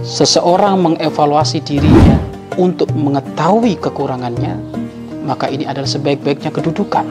seseorang mengevaluasi dirinya untuk mengetahui kekurangannya, maka ini adalah sebaik-baiknya kedudukan.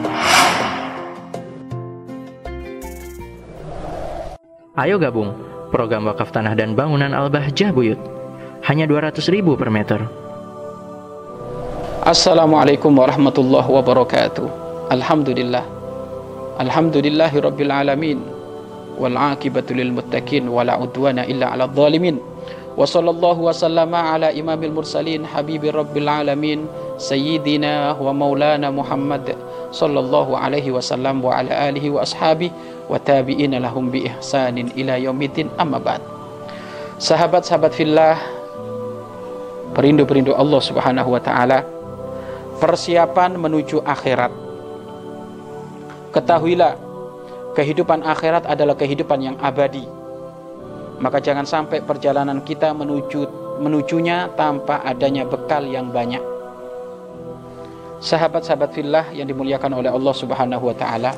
Ayo gabung program wakaf tanah dan bangunan Al-Bahjah Buyut. Hanya 200.000 per meter. Assalamualaikum warahmatullahi wabarakatuh. Alhamdulillah. Alhamdulillahi rabbil alamin. Wal aqibatu lil muttaqin wala udwana illa 'alal zalimin. Wa sallallahu wa sallama ala imamil mursalin habibir rabbil alamin sayyidina wa maulana Muhammad sallallahu alaihi wasallam wa ala alihi wa ashabihi wa tabi'ina lahum bi ihsanin ila yaumiddin, amma ba'd. Sahabat-sahabat fillah, perindu-perindu Allah Subhanahu wa taala, persiapan menuju akhirat. Ketahuilah, kehidupan akhirat adalah kehidupan yang abadi. Maka jangan sampai perjalanan kita menujunya tanpa adanya bekal yang banyak. Sahabat-sahabat fillah yang dimuliakan oleh Allah Subhanahu wa taala,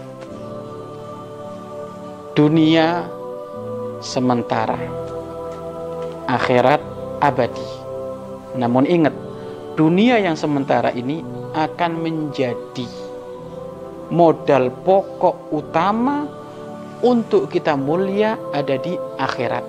dunia sementara, akhirat abadi. Namun ingat, dunia yang sementara ini akan menjadi modal pokok utama untuk kita mulia ada di akhirat.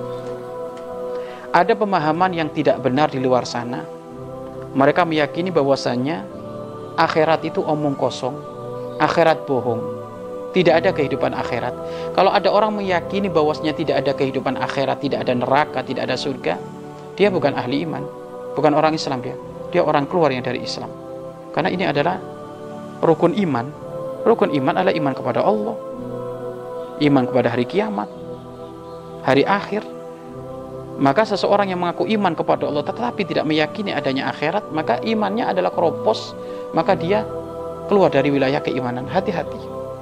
Ada pemahaman yang tidak benar di luar sana. Mereka meyakini bahwasannya akhirat itu omong kosong, akhirat bohong, tidak ada kehidupan akhirat. Kalau ada orang meyakini bahwasanya tidak ada kehidupan akhirat, tidak ada neraka, tidak ada surga, dia bukan ahli iman, bukan orang Islam, dia orang keluar yang dari Islam. Karena ini adalah rukun iman. Rukun iman adalah iman kepada Allah, iman kepada hari kiamat, hari akhir. Maka seseorang yang mengaku iman kepada Allah tetapi tidak meyakini adanya akhirat, maka imannya adalah keropos, maka dia keluar dari wilayah keimanan. Hati-hati.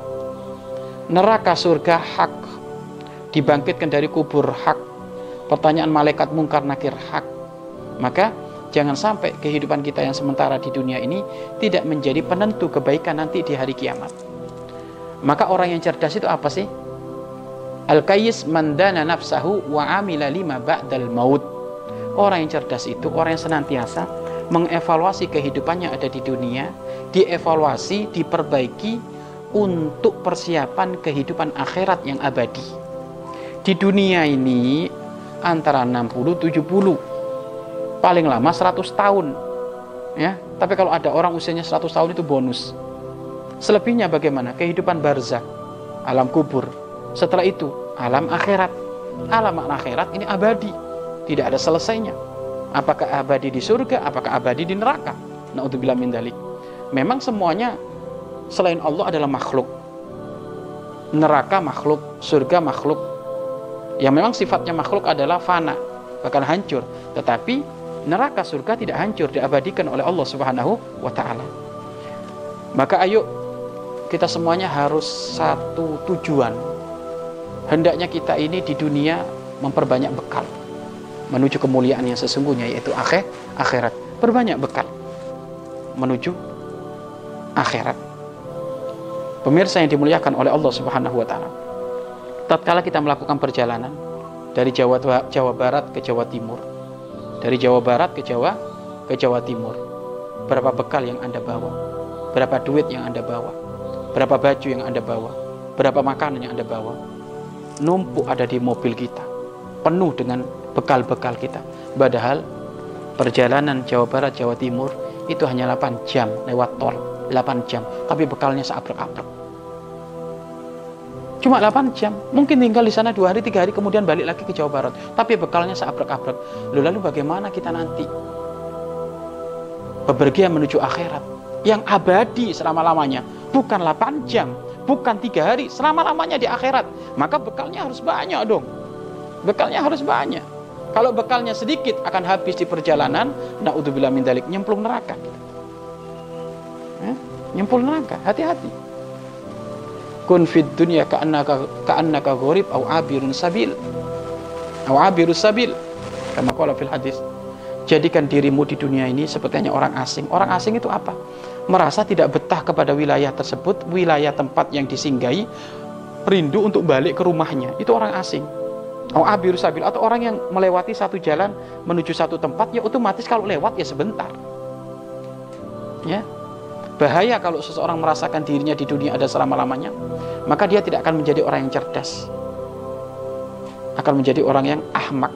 Neraka surga hak, dibangkitkan dari kubur hak, pertanyaan malaikat mungkar nakir hak. Maka jangan sampai kehidupan kita yang sementara di dunia ini tidak menjadi penentu kebaikan nanti di hari kiamat. Maka orang yang cerdas itu apa sih? Al-Qayyis man dana nafsahu wa amila lima ba'dal maut. Orang yang cerdas itu orang yang senantiasa mengevaluasi kehidupannya ada di dunia, dievaluasi, diperbaiki untuk persiapan kehidupan akhirat yang abadi. Di dunia ini antara 60-70, paling lama 100 tahun. Ya, tapi kalau ada orang usianya 100 tahun itu bonus. Selebihnya bagaimana? Kehidupan barzakh, alam kubur. Setelah itu alam akhirat. Alam akhirat ini abadi, tidak ada selesainya. Apakah abadi di surga, apakah abadi di neraka? Na'udzubillah min dzalik. Memang semuanya selain Allah adalah makhluk. Neraka makhluk, surga makhluk. Yang memang sifatnya makhluk adalah fana, bahkan hancur. Tetapi neraka surga tidak hancur, diabadikan oleh Allah Subhanahu wa taala. Maka ayo kita semuanya harus satu tujuan. Hendaknya kita ini di dunia memperbanyak bekal menuju kemuliaan yang sesungguhnya, yaitu akhirat. Perbanyak bekal menuju akhirat. Pemirsa yang dimuliakan oleh Allah Subhanahu wa taala, tatkala kita melakukan perjalanan dari Jawa Barat ke Jawa Timur, dari Jawa Barat ke Jawa Timur, berapa bekal yang Anda bawa? Berapa duit yang Anda bawa? Berapa baju yang Anda bawa? Berapa makanan yang Anda bawa? Numpuk ada di mobil kita, penuh dengan bekal-bekal kita. Padahal perjalanan Jawa Barat Jawa Timur itu hanya 8 jam lewat tol, 8 jam, tapi bekalnya seabrek-abrek. Cuma 8 jam, mungkin tinggal di sana 2 hari 3 hari kemudian balik lagi ke Jawa Barat, tapi bekalnya seabrek-abrek. Lalu bagaimana kita nanti bepergian menuju akhirat yang abadi selama-lamanya? Bukan 8 jam, bukan 3 hari, selama-lamanya di akhirat. Maka bekalnya harus banyak dong. Bekalnya harus banyak. Kalau bekalnya sedikit akan habis di perjalanan, na'udzubillah min dzalik, nyemplung neraka. Nyemplung neraka, hati-hati. Kun fid dunya ka'annaka gharib aw abirun sabil. Aw abirus sabil. Kama qala fil hadis. Jadikan dirimu di dunia ini sepertinya orang asing. Orang asing itu apa? Merasa tidak betah kepada wilayah tersebut, wilayah tempat yang disinggahi, rindu untuk balik ke rumahnya. Itu orang asing. Abiru sabil, atau orang yang melewati satu jalan menuju satu tempat, ya otomatis kalau lewat ya sebentar. Ya. Bahaya kalau seseorang merasakan dirinya di dunia ada selama-lamanya, maka dia tidak akan menjadi orang yang cerdas, akan menjadi orang yang ahmak.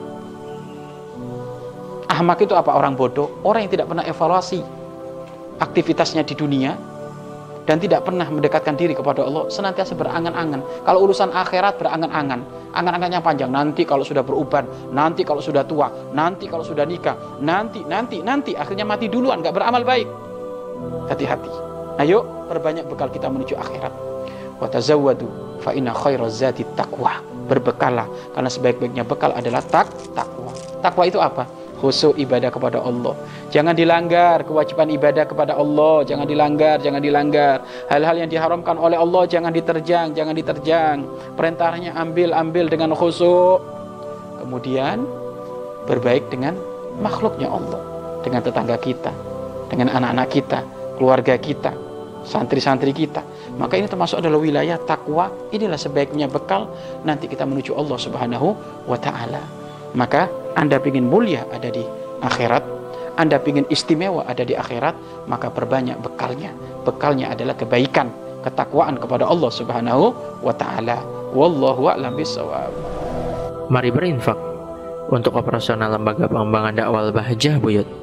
Ahmak itu apa? Orang bodoh, orang yang tidak pernah evaluasi aktivitasnya di dunia dan tidak pernah mendekatkan diri kepada Allah, senantiasa berangan-angan. Kalau urusan akhirat berangan-angan, angan-angannya panjang. Nanti kalau sudah beruban, nanti kalau sudah tua, nanti kalau sudah nikah, nanti, akhirnya mati duluan, gak beramal baik. Hati-hati. Ayo perbanyak bekal kita menuju akhirat. Wa tazawwadu fa inna khairaz zadi taqwa. Berbekallah karena sebaik-baiknya bekal adalah takwa. Takwa itu apa? Khusyuk ibadah kepada Allah. Jangan dilanggar kewajiban ibadah kepada Allah, jangan dilanggar. Hal-hal yang diharamkan oleh Allah jangan diterjang. Perintahnya ambil dengan khusyuk. Kemudian berbaik dengan makhluknya Allah, dengan tetangga kita, dengan anak-anak kita, keluarga kita, santri-santri kita. Maka ini termasuk adalah wilayah takwa. Inilah sebaiknya bekal nanti kita menuju Allah Subhanahu wa ta'ala. Maka Anda ingin mulia ada di akhirat, Anda ingin istimewa ada di akhirat, maka perbanyak bekalnya. Bekalnya adalah kebaikan, ketakwaan kepada Allah Subhanahu wa ta'ala. Wallahu a'lam bishawab. Mari berinfak untuk operasional lembaga pengembangan dakwah Al-Bahjah Buyut.